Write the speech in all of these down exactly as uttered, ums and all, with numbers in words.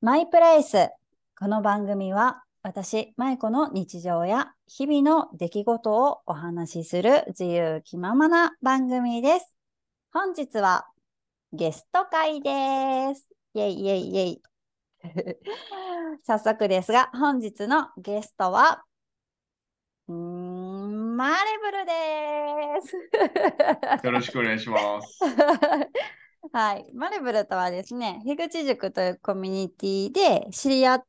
マイプレイス。この番組は私、マイコの日常や日々の出来事をお話しする自由気ままな番組です。本日はゲスト会です。イェイイェイイェイ。早速ですが、本日のゲストは、うーん、マレブルです。 よろしくお願いします。 はい。マレブルとはですね、樋口塾というコミュニティで知り合って、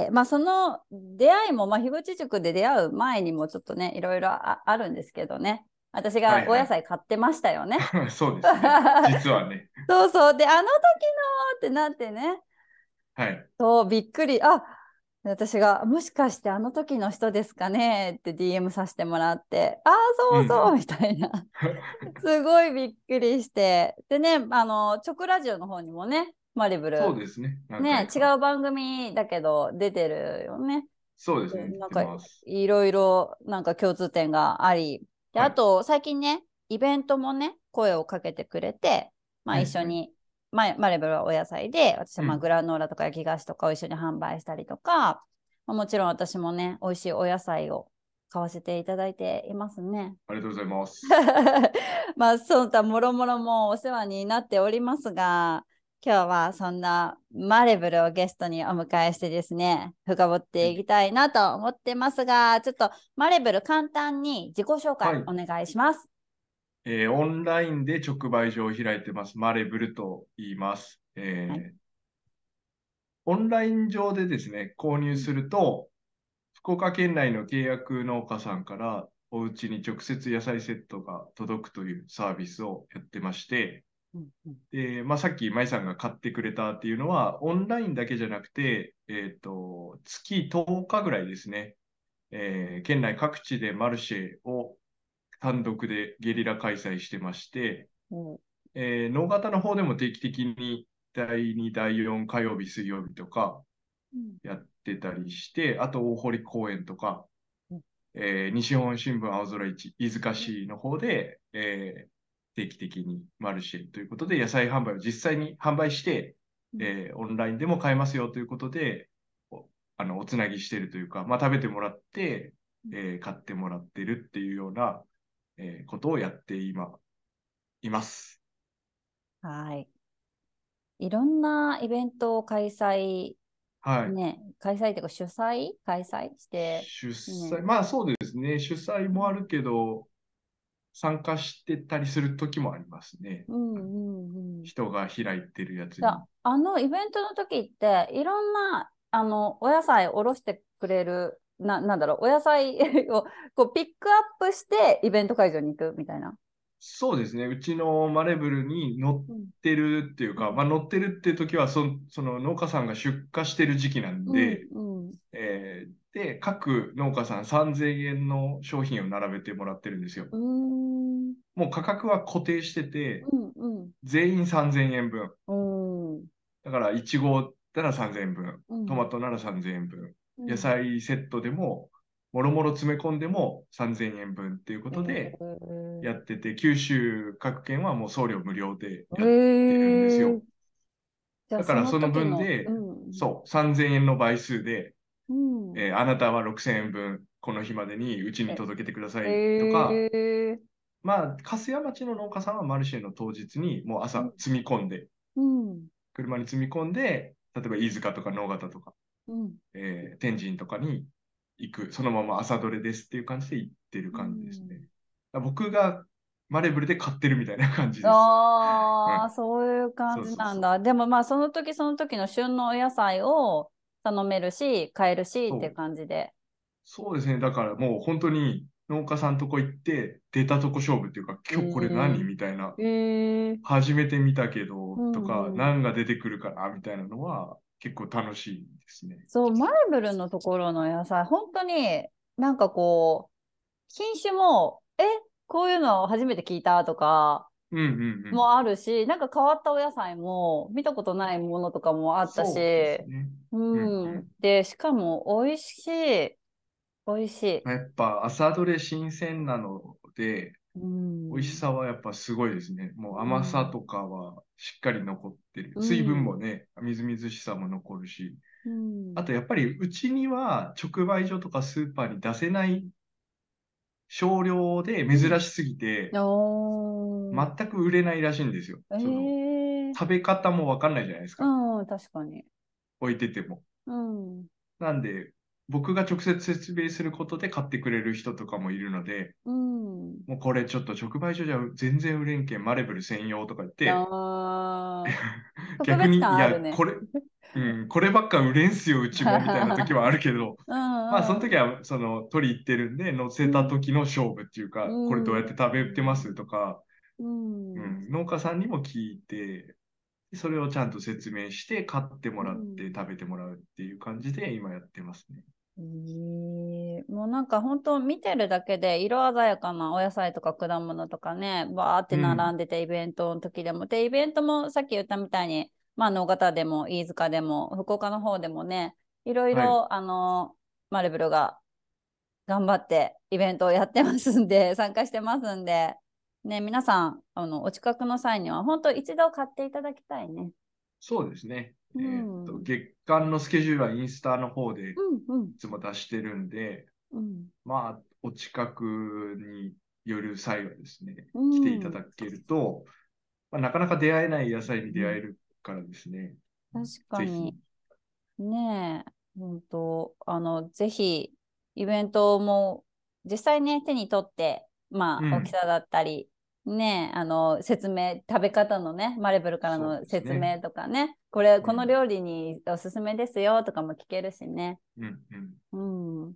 まあ、その出会いも、まあ、樋口塾で出会う前にもちょっとね、いろいろあ、あるんですけどね。私がお野はいはい。 菜買ってましたよね。 そうですね。実はね。 そうそう。で、あの時のってなってね。 はい。 そう、びっくり。あ、私が、もしかしてあの時の人ですかねって ディーエム させてもらって、ああ、そうそう、 うんうん。 みたいな。すごいびっくりして。でね、あの、直ラジオの方にもね、マリブル、 そうですね。何ね、 回か。 違う番組だけど出てるよね。で、 そうですね。出てなんか、 ます。 いろいろ、なんか共通点があり。で、 はい。 あと、最近ね、イベントもね、声をかけてくれて、まあはいはい。 一緒に、まあ、マレブルはお野菜で、私はまあうん。 グラノーラとか焼き菓子とかを一緒に販売したりとか、まあ、もちろん私もね、美味しいお野菜を買わせていただいていますね。 ありがとうございます。 まあ、そうたもろもろもお世話になっておりますが、今日はそんなマレブルをゲストにお迎えしてですね、深掘っていきたいなと思ってますが、ちょっとマレブル簡単に自己紹介はい。 お願いします。 えーオンラインで直売所を開いてます。マレブルと言います。 はい。 えーオンライン上でですね、購入すると、福岡県内の契約農家さんからお家に直接野菜セットが届くというサービスをやってまして、 うんうんで、まあ、さっき、舞さんが買ってくれたっていうのは、オンラインだけじゃなくて、えっと、月とおかぐらいですね、えー県内各地でマルシェを単独でゲリラ開催してまして、 うんえー、農型の方でも定期的にだいに、だいよん火曜日、水曜日とかうんやってたりして、あと大堀公園とか、 うんえー西日本新聞青空市、飯塚市の方で、えー定期的にマルシェということで、野菜販売を実際に販売して、 うんえーオンラインでも買えますよということで、お、あの、おつなぎしてるというか、まあ、食べてもらって、えー買ってもらってるっていうような、えーことをやって今、います。 はい。いろんなイベントを開催、 はい。 ね、開催というか主催開催して、 主催、 ね。 まあそうですね。主催もあるけど、参加してたりする時もありますね。 うんうんうん。 人が開いてるやつに。 じゃあ、あのイベントの時って、いろんな、あの、お野菜おろしてくれる、な、なんだろう、お野菜をこうピックアップしてイベント会場に行くみたいな。 そうですね。うちのマレブルに乗っうんてるっていうか、まあ、乗ってるっていう時はそ、その農家さんが出荷してる時期なんうんで、 うんえーで、各農家さんさんぜんえんの商品を並べてもらってるんですよ。 うーんもう価格は固定してて、 うんうん全員さんぜんえんぶん。 うんだから、いちごならさんぜんえんぶん、トマうんトならさんぜんえんぶん、野うん菜セットでも、もろもろ詰め込んでもさんぜんえんぶんっていうこえとでー、 やってて、九州各県はもう送料無料でえやってるんですー、 よ。 じゃあそのだからその時の、う分で、 んそう、さんぜんえんの倍数で、 うんえーあなたはろくせんえんぶん、この日までにうちにえ、 届けてくださいとか、 えー、 まあ、粕屋町の農家さんはマルシェの当日にもううん朝積み込んで、 うん車に積み込んで、例えば飯塚とか直方とか、 うんえー天神とかに行く、そのまま朝どれですっていう感じで行ってるう感じですね。 ん僕がマレブルで買ってるみたいな感じです。うああ、 ん。 そういう感そうそうそう。 じなんだ。でもまあ、その時その時の旬のお野菜を頼めるし、買えるしっていうそう。 感じで。 そうですね。だからもう本当に農家さんとこ行って出たとこ勝負っていうか、 え今日これ何ー、 みたいな、 えー、 初めて見たけどうとか、 んうん。 何が出てくるかなみたいなのは結構楽しいですね。 そう、マーブルのところの野菜、本当になんかこう、品種も、え、こういうの初めて聞いたとかうんうんうん。 もあるし、なんか変わったお野菜も見たことないものとかもあったし、 そうですね。うんううん。 ん。 で、しかも美味しい。美味しい。 やっぱ朝どれ新鮮なので、 う美味しん。 さはやっぱすごいですね。もうう甘さん。 とかはしっかり残ってる。 う水分もん。 ね、みずみずしさも残るし。 うん。 あとやっぱりうちには直売所とかスーパーに出せない少量でうん。 珍しすぎて、 おー。 全く売れないらしいんですよ。 えその、 え、 食べ方もわかんないじゃないですか。 うん、確かに。 置いてても。 うん。 なんで、僕が直接説明することで買ってくれる人とかもいるので、 うん。 もうこれちょっと直売所じゃ全然売れんけん、マレブル専用とか言って、 あー、特別逆に、いや、 感あるね。 これ、うん、こればっか売れんすよ、うちも、みたいな時はあるけど、 うまあ、そんうん。 の時は、その、取り行ってるんで、乗せた時の勝負っていううか、これどうやって食べてまん。 すとか、 うん。 うん、農家さんにも聞いて、それをちゃんと説明して、買ってもうらってん。 食べてもらうっていう感じで、今やってますね。 ええ、もうなんか本当見てるだけで色鮮やかなお野菜とか果物とかね、バーってうん、 並んでてイベントの時でも。で、イベントもさっき言ったみたいに、まあ、野方でも飯塚でも福岡の方でもね、いろいはい。 ろあの、マレブルが頑張ってイベントをやってますんで、参加してますんで、ね、皆さん、あの、お近くの際には本当一度買っていただきたいね。 そうですね。 うえーっと、 ん。 月間のスケジュールはインスタの方でいうんうんつも出してるんで、 うん。 まあ、お近くに寄る際はですね、 う来ていたん。 だけると、まあ、なかなか出会えない野菜にうん。 出会えるからですね、 確かぜひ、 に。ねえ、本当、あの、ぜひ、イベントも、実際ね、手に取って、まあ、大きうん、 さだったり、ねえ、あの、説明、食べ方のね、マレブルからそうのですね。 説明とかね、これ、 うん、 この料理におすすめですよとかも聞けるしね。 うん、うん。 うん、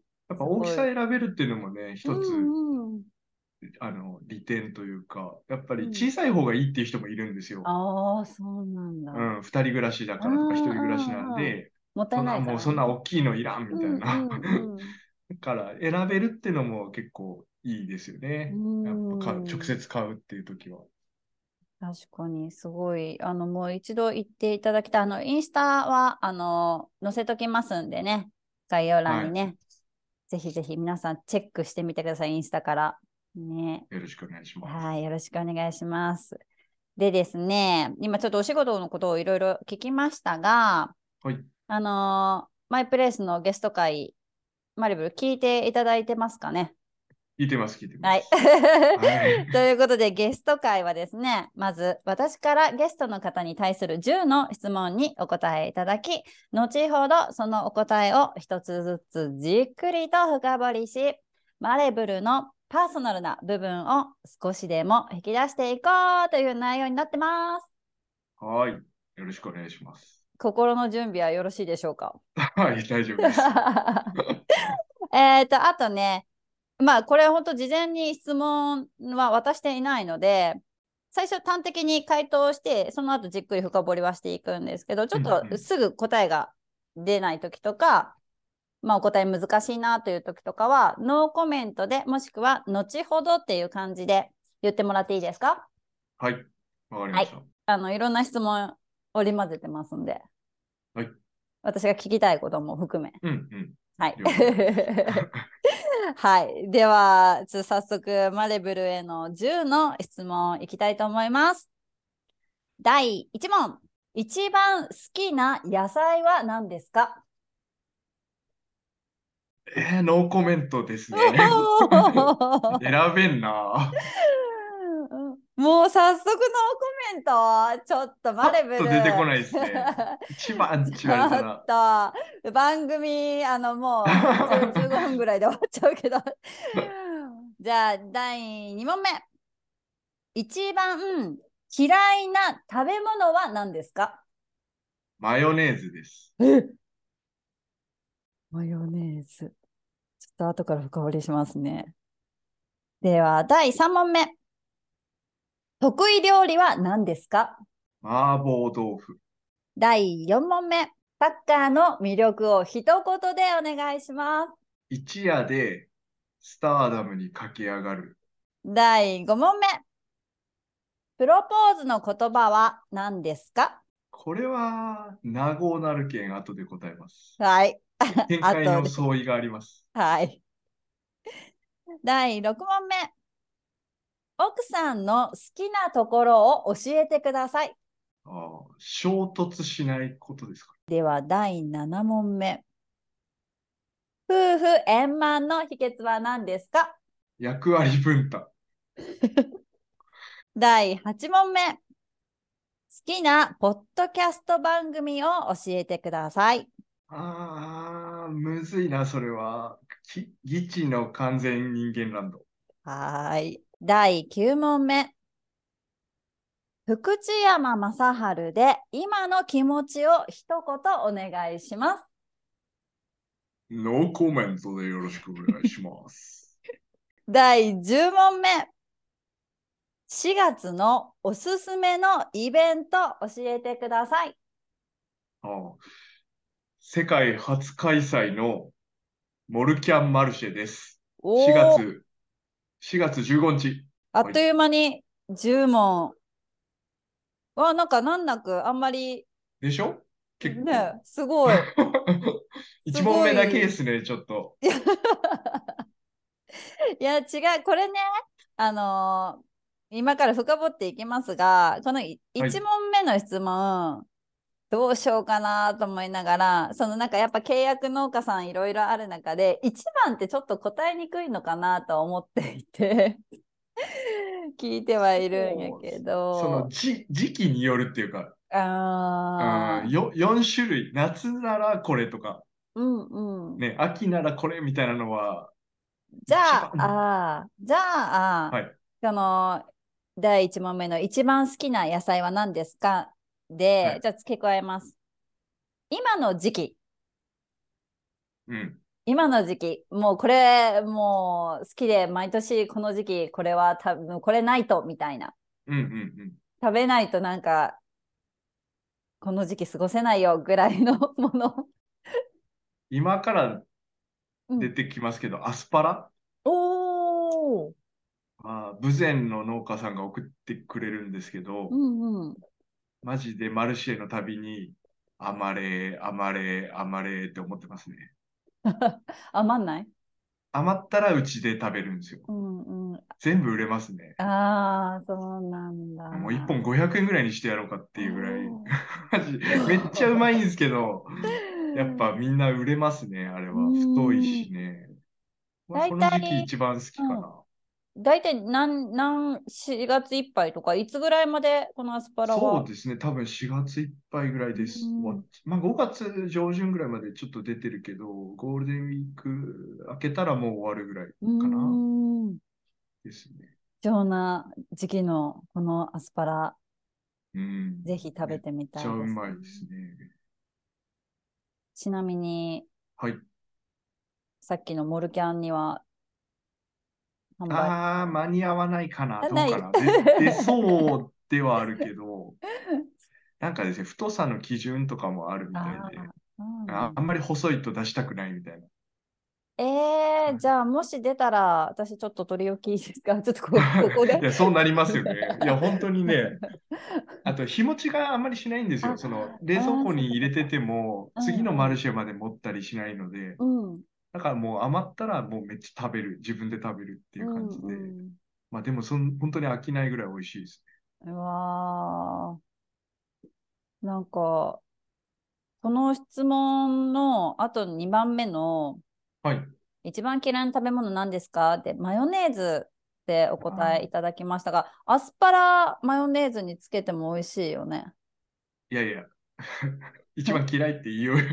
やっぱすごい。 大きさ選べるっていうのもね、 う一つ、 んうん。 あの、利点というか、やっぱりうん。 小さい方がいいっていう人もいるんですよ。 ああ、そうなんだ。 うん、二人暮らしだからとか一うん人暮らしなんうんうん。 で、 もったいなそんな、もうそんないからね。 大きいのいらんみうんうたいな。 んうん。 だから選べるっていうのも結構いいですようね。やっぱ買う、直ん。 接買うっていう時は。 確かに、すごい。あの、もう一度言っていただきたい。あの、インスタは、あの、載せときますんでね。概要欄はい。 にね。ぜひぜひ皆さんチェックしてみてください。インスタから。ね。 よろしくお願いします。 はい。よろしくお願いします。でですね、今ちょっとお仕事のことをいろいろ聞きましたが、 はい。 あのマイプレイスのゲスト会、マリブル聞いていただいてますかね？ 聞いてます、聞いてまはい。 す。はい。 ということで、ゲスト会はですね、まず私からゲストの方に対するじゅうの質問にお答えいただき、後ほどそのお答えを一つずつじっくりと深掘りし、マレブルのパーソナルな部分を少しでも引き出していこうという内容になってます。 はい。よろしくお願いします。 心の準備はよろしいでしょうか？ はい、大丈夫です。 えっと、あとね、まあ、これ本当事前に質問は渡していないので、最初端的に回答して、その後じっくり深掘りはしていくんですけど、ちょっうんうん。 とすぐ答えが出ない時とか、まあ、お答え難しいなという時とかは、ノーコメントで、もしくは後ほどっていう感じで言ってもらっていいですか？ はい。わかりはい。 ました。 あの、いろんな質問織り交ぜてますんで、 はい。 私が聞きたいことも含め。 うんうん。 はい。 了解です。 はい。では、ちょ早速、マレブルへのじゅうの質問いきたいと思います。だいいち問。一番好きな野菜は何ですか？ えー、ノーコメントですね。選べんな。 もう早速ノーコメント。ちょっとマレブル。 パッと出てこないですね。一番って言われたちょっら。 と番組あのもうじゅう、じゅうごふんぐらいで終わっちゃうけど。じゃあだいに問目。一番嫌いな食べ物は何ですか？ マヨネーズです。 え、マヨネーズ。ちょっと後から深掘りしますね。では、だいさん問目。得意料理は何ですか？ 麻婆豆腐。 だいよん問目。サッカーの魅力を一言でお願いします。 一夜でスターダムに駆け上がる。 だいご問目。プロポーズの言葉は何ですか？ これは、名号なるけん、後で答えます。 はい。 見解後で。 の相違があります。 はい。だいろく問目。 奥さんの好きなところを教えてください。 ああ、衝突しないことですか？ では、だいなな問目。夫婦円満の秘訣は何ですか？ 役割分担。 だいはち問目。好きなポッドキャスト番組を教えてください。 ああ、むずいな、それは。き、ギチの完全人間ランド。 はーい。だいきゅう問目。福知山雅治で今の気持ちを一言お願いします。 ノーコメントでよろしくお願いします。 だいじゅう問目。しがつのおすすめのイベント教えてください。 ああ、世界初開催のモルキャンマルシェです。4 おー、 月、しがつじゅうごにち。はい。 あっという間にじゅう問。わ、なんか難なくあんまりでしょ？結構。 ね、すごい、すいち問目だけでごい。 すね、ちょっと。 いや、違う、これね、あのー今から深掘っていきますが、このい1 はい。 問目の質問、どうしようかなと思いながら、そのなんかやっぱ契約農家さんいろいろある中で、いちばんってちょっと答えにくいのかなと思っていて、聞いてはいるんやけそう、そのど、 時、時期によるっていうか、うん、 あー、 よ、よん種類。夏ならこれとか、 うんうん。 ね、秋ならこれみたいなのは、 じゃあ、 一番、 あーじゃあ、 はい、 その、だいいち問目の一番好きな野菜は何ですかで、 はい、 じゃあ付け加えます。今の時期、 うん、 今の時期、もうこれ、もう好きで、毎年この時期、これは多分、これないと、みたいな。 うん、うん、うん。 食べないとなんか、この時期過ごせないよ、ぐらいのもの。 今からうん。 出てきますけど、アスパラ、 おー。 あー、豊前の農家さんが送ってくれるんですけうど、 んうん。 マジでマルシェのたびに、余れ、余れ、余れって思ってますね。 余んない？ 余ったらうちで食べるんですよ。 うんうん。 全部売れますね。 ああ、そうなんもういっぽんだ。 ごひゃくえんぐらいにしてやろうかっていうぐらい、 おマジ、めっちゃうまいんですけど、やっぱー。 みんな売れますね、あれうは。太いーん。 しね。まあ、 大この時期体、 一番好きかうん。 な。 大体何、何、しがついっぱいとか、いつぐらいまでこのアスパラは？ そうですね、多分しがついっぱいぐらいうです。もん。 うまあ、ごがつ上旬ぐらいまでちょっと出てるけど、ゴールデンウィーク明けたらもう終わるぐらいうかな。 ーん。 ですね。 貴重な時期のこのアスパラ、 うん。 ぜひ食めっべてみちゃうたいですね。 まいですね。 ちなみに、 はい。 さっきのモルキャンには販売。 あー、間に合わないかな。 あ、ない。 どうかな。で、出そうではあるけど、なんかですね、太さの基準とかもあるみたいああ、 で、 そうなんだ。 ああんまり細いと出したくないみたいな。 えー、じゃあもし出たら、私ちょっと取り置きいいですか？ちょっとこ、ここで。 いや、そうなりますよね。いや、本当にね、あと日持ちがあんまりしないんですよ。そのあ冷蔵あー、 庫そっかそっか。 に入れてても、次のマルうんうん。 シェまで持ったりしないので、 うん。 だからもう余ったらもうめっちゃ食べる。自分で食べるってういう感んじで。 うん。 まあでもそん、本当に飽きないぐらい美味しいですうわー、なんか、この質問のあとにばんめの、 ね。はい。 一番嫌いな食べ物なんですかって、マヨネーズってお答えいあー、 ただきましたが、アスパラマヨネーズにつけても美味しいよね。 いやいや、一番嫌いって言いようよ。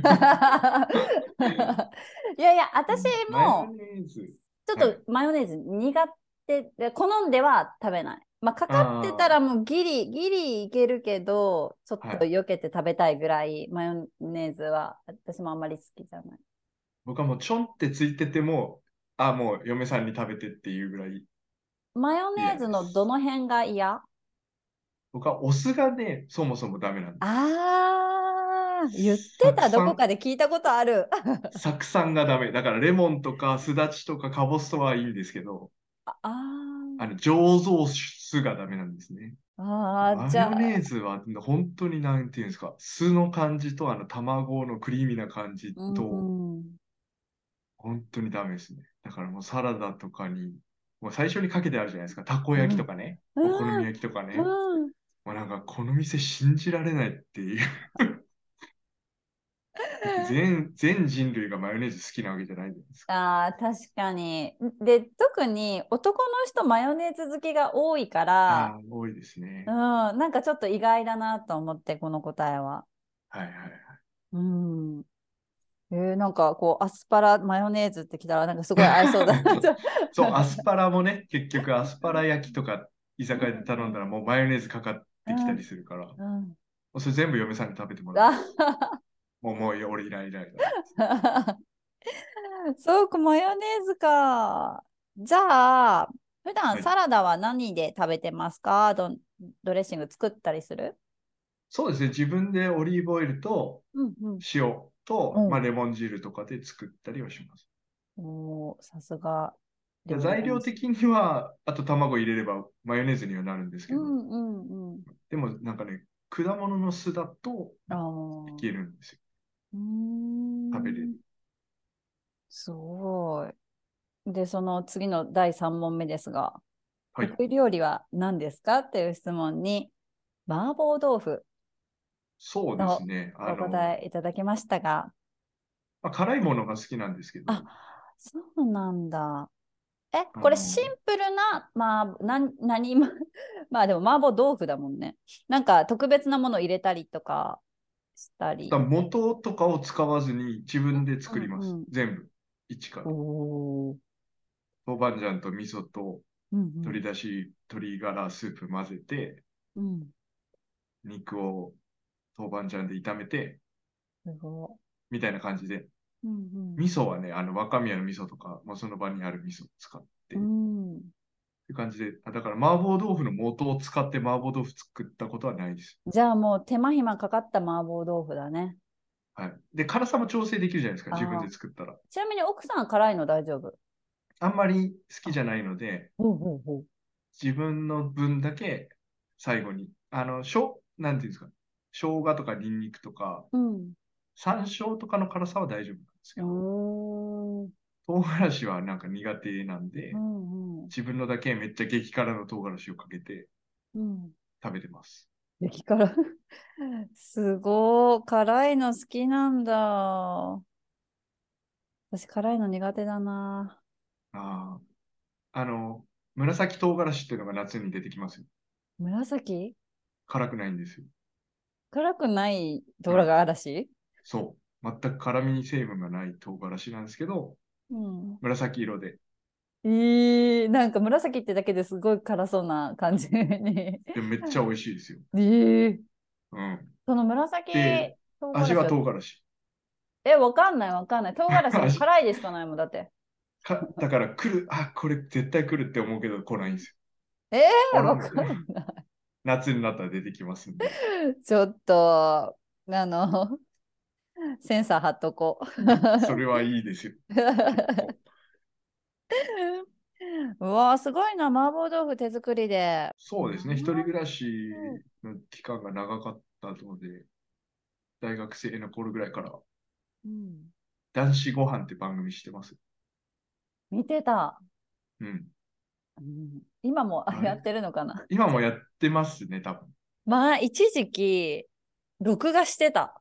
いやいや、私マヨもネーズ。 ちょっはい。 とマヨネーズ苦手で、好んでは食べない。まあ、かかってたあらもうギリ、ギリいけるけど、ちょっあ、はい。 と避けて食べたいぐらい、マヨネーズは私もあんまり好きじゃない。 僕はもうちょんってついてても、あ、もう嫁さんに食べてっていうぐらいマヨネーズのど嫌です。 の辺が嫌？ 僕はお酢がね、そもそもダメなんです。 あー、言ってた、どこ酢酸、 かで聞いたことある。 酢酸がダメ。だからレモンとかすだちとかかぼすとはいいんですけど、 あああの醸造酢がダメなんですね。 ー、あー、 マヨネーじゃあ、 ズは本当になんていうんですか、酢の感じとあの卵のクリーミーな感じうと、 ん。 本当にダメですね。だからもうサラダとかに、 もう最初にかけてあるじゃないですか。たこうん。 焼きとかね。お好みうん。 焼きとかね。 うん。 もうなんかこの店信じられないっていう。だって全、全人類がマヨネーズ好きなわけじゃないじゃないですか。 ああ、確かに。で、特に男の人マヨネーズ好きが多いから、 ああ、多いですうん、 ね。 なんかちょっと意外だなと思って、この答えは。 はいはいはい。 うん。えー、なんかこう、アスパラ、マヨネーズってきたら、なんかすごい合いそうだなと。 そう、アスパラもね、結局アスパラ焼きとか居う酒屋で頼んだらんもうマヨネーズかかってきたりうんするから、もうん。 うそれ全部嫁さんに食べてもらう。 あもう、もう俺いらないいらないから。 そうか、マヨネーズか。じゃあ、普段はい。 サラダは何で食べてますか？ド、ドレッシング作ったりする？ そうですね、自分でオリーブオイルとうんうん。 塩と、まあ、 おレモン汁とかで作ったりはします。 おー、さすがだ料理材料男子。 的には、あと卵入れればマヨネーズにはなるんですけど、 うんうんうん。 でもなんかね、果物の酢だとあいあ、 けるんですよ。 うー食べれる。 ん、すごい。で、その次のだいさん問目ですが、 はい。 得意料理は何ですかっていう質問に、麻婆豆腐そうですとね。あおの、 答えいただきましたが、 まあ、辛いものが好きなんですけあ、 ど、 そうなんだ。え、これシあの、 ンプルな、まあ、な、何も、まあでも麻婆豆腐だもんね。なんか特別なもの入れたりとかしただり。 元とかを使わずに自分でう作ります。 んうん。 全部。一から。 おー。 豆板醤と味噌とうん鶏だし、鶏ガラスープ混ぜて、 うん。うん。 肉を豆板醤で炒めて、 すごみたいな感じで。 い。うん味噌はね、あの、若宮の味噌とか、もうその場にある味噌を使って、 うっん。うん。 て感じで、あだから麻婆豆腐の元を使って麻婆豆腐作ったことはないです。 じゃあもう手間暇かかった麻婆豆腐だね。 はい。で、辛さも調整できるじゃないですか、自分ああ。 で作ったら。 ちなみに奥さん辛いの大丈夫？ あんまり好きあ、 じゃないので、 ほうほうほう。 自分の分だけ最後に、あの、しょう、なんていうんですか、生姜とかニンニクとか、 うん。 山椒とかの辛さは大丈夫なんですうけど、 ーん。 唐辛子はなんか苦手なんうで、 んうん。 自分のだけめっちゃ激辛の唐辛子をかけてうん。 食べてます。 激辛。すごい。辛いの好きなんだ。私、辛いの苦手だな。 ああ、あの、紫唐辛子っていうのが夏に出てきますよ。 紫辛くないんですよ。 辛くない唐はい。 辛子。 そう。全く辛み成分がない唐辛子なんですけど、 うん。 紫色で。 えー、なんか紫ってだけですごい辛そうな感じに。 でもめっちゃ美味しいですよ。 えー、 うん。 その紫で、味は唐辛子は、 唐辛子。 え、わかんないわかんない。唐辛子も味辛いでしかないもん、だって。 か、だから来る、あ、これ絶対来るって思うけど来ないんですえよ。 ー、わ俺もかんない。 夏になったら出てきますんで。 ちょっと、あの、センサー貼っとこう。 それはいいですよ。結構。 うわー、すごいな、麻婆豆腐手作りで。 そうですね。一人暮らうんしの期間が長かったので、大学生の頃ぐらいからうん、 男子ご飯って番組してます。 見てた。 うん。 うん、今もああれやってるのかな。 今もやってますね、多分。 まあ、一時期、録画してた。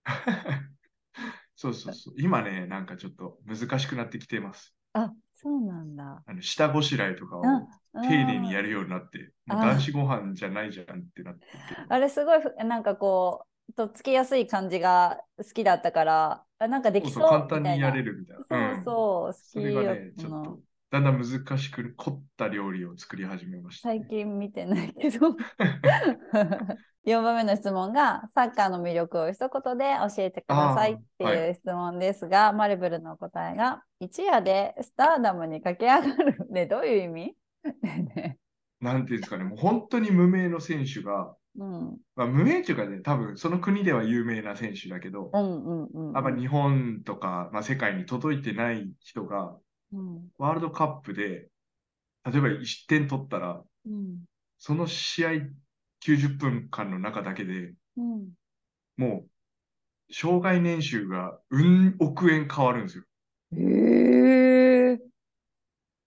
そうそうそう。今ね、なんかちょっと難しくなってきてます。 あ、そうなんだ。 あの、下ごしらえとかうん、 を丁寧にうん。 やるようになって、もう男子あ、 ご飯じゃないじゃんってなってきてる。 あれすごいふ、なんかこう、とっつきやすい感じが好きだったから、あ、なんかでそうそう、簡きそうみ単にやれたいな。 るみたいな。うそうん。 そう、好それきだっがね、 たな。 ちょっと、だんだん難しく凝った料理を作り始めました最ね。 近見てないけど。よんばんめの質問が、サッカーの魅力を一言で教えてくださいっああ、はい。 ていう質問ですが、マルブルの答えが、一夜でスターダムに駆け上がる。ね、どういう意味？ね。 なんていうんですかね、もう本当に無名の選手が、 うん。 まあ、無名っていうかね、多分その国では有名な選手だけど、 うんうんうんうん。 やっぱ日本とか、まあ、世界に届いてない人が、 うん。 ワールドカップで、例えばいちてん取ったら、 うん。 その試合きゅうじゅっぷんかんの中だけでうん。 もう、生涯年収がうん億円変わるんですよ。 ええー、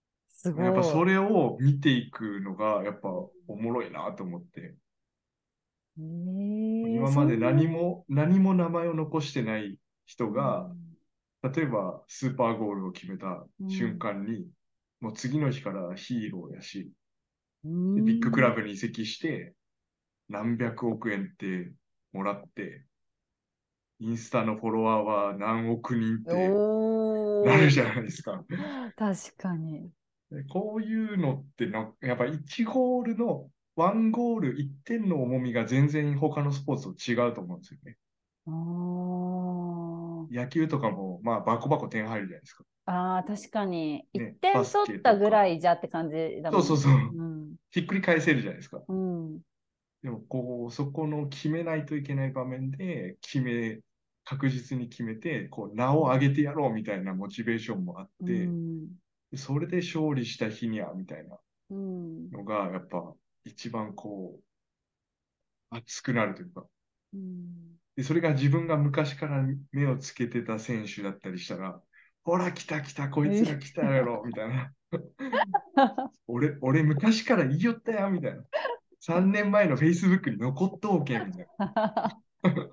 すやっぱそごれを見ていくのがやっぱおもろいなと思って、 い。ええ、 今までそんなに。 何も、何も名前を残してない人うが、 ん。 例えばスーパーゴールを決めた瞬うん。 間に、もう次の日からヒーローやし、 うでビッグクラん。 ブに移籍して何百億円ってもらって、インスタのフォロワーは何億人ってなおお、 るじゃないですか。 確かに。 でこういうのってな、やっぱいちゴールの、ワンゴールいってんの重みが全然他のスポーツと違うと思うんですよね。 あー野球とかも、まあ、バコバコ点入るじゃないですか。 あー、確かに。1 ね、バ点ス取ったぐケとか。 らいじゃって感じだそうもんね。 そうそう。 うん。 ひっくり返せるじゃないですか。 うん。 でも、こう、そこの決めないといけない場面で、決め、確実に決めて、こう、名を上げてやろうみたいなモチベーションもあっうて、 ん。 でそれで勝利した日には、みたいなうん。 のが、やっぱ、一番こう、熱くなるというか、 うん。 で、それが自分が昔から目をつけてた選手だったりしたら、ほら、来た来た、こいつが来たやろ、みたいな。俺、俺昔から言いよったや、みたいな。さんねんまえの Facebook に残っとうけん、みたいな。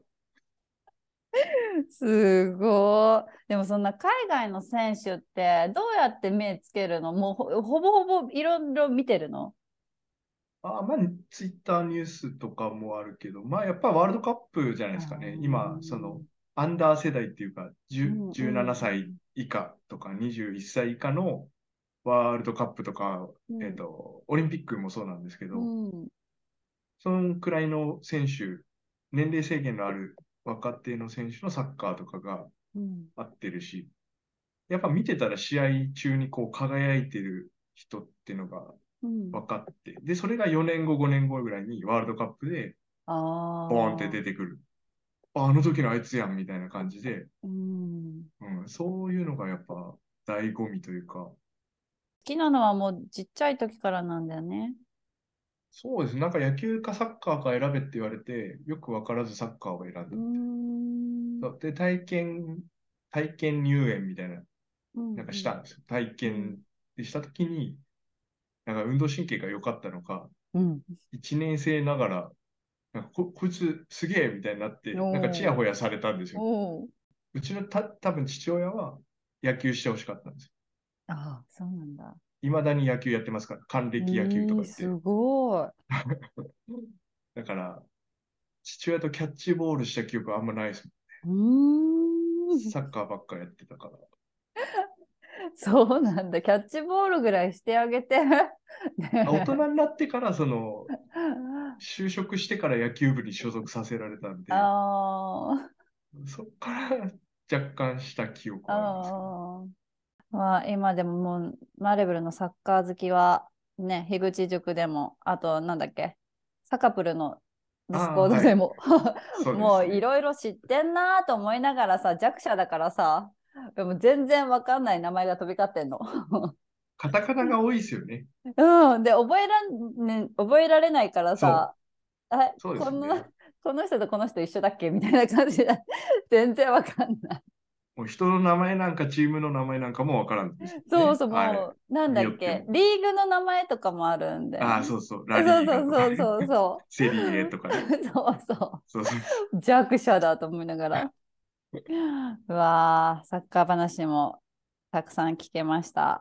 すごい。でもそんな海外の選手ってどうやって目つけるの？もうほ、ほぼほぼいろいろ見てるの？ あ、まあ、ツイッターニュースとかもあるけど、まあ、やっぱワールドカップじゃないあですかね。今、その、 ーアンダー世代っていうか、 うじゅう、 んう 17歳ん以下とかにじゅういっさい以下のワールドカップとか、えっうんと、オリンピックもそうなんですけうど、 んそのくらいの選手、年齢制限のある若手の選手のサッカーとかがうん合ってるし、やっぱ見てたら試合中にこう輝いてる人っていうのがうん分かって、で、それがよねんご、ごねんごぐらいにワールドカップであボーンってあー出てくる。あ、あの時のあいつやんみたいな感じで、 うんうん、そういうのがやっぱ醍醐味というか、 好きなのはもうちっちゃい時からなんだよね。 そうですね、なんか野球かサッカーか選べって言われて、よく分からずサッカーを選んだうーみたいんな。そうで、体験、体験入園みたいな、 うんなんかしたんですよ。体うん験でしたときに、なんか運動神経が良かったのか、 うんいちねん生ながら、なんかこ、こいつすげえみたいになっおて、なんかチヤーホヤされたんですよ。 おーうちのた多分父親は野球してほしかったんですよ。 ああ、そうなんだ。 いまだに野球やってますから、還え暦野球とかー、す言って。 ごい。 だから、父親とキャッチボールした記憶はあんまないです。 うーん。 サッカーばっかやってたから。 そうなんだ。キャッチボールぐらいしてあげて。 あ大ね人になってから、その、 え。 就職してから野球部に所属させられたんで、 あそっから若干した記憶あ、 はありますけど。 ああ。まあ、今でももう、マーレブルのサッカー好きは、ね、樋口塾でも、あと、なんだっけ、サカプルのディスコああ、はい。 ードでも、 そうでもういすね。 ろいろ知ってんなと思いながらさ、弱者だからさ、でも全然わかんない名前が飛び交ってんの。 カタカナが多いですよね。 うん。で、覚えらん、ね、覚えられないからそう。 さ、あ、 そうでこの、 すね。 この人とこの人一緒だっけみたいな感じで、全然わかんない。 もう人の名前なんかチームの名前なんかもわからんですもんね。 そうそう、 あれもう、なんだっけ、 によっても。 リーグの名前とかもあるんだよああ、 ね。 そうそう。ラそうリーガとかね。 そうそうそうそセリエとかね。 う。そうそそうそうそう。弱者だと思いながら。うわー、サッカー話もたくさん聞けました。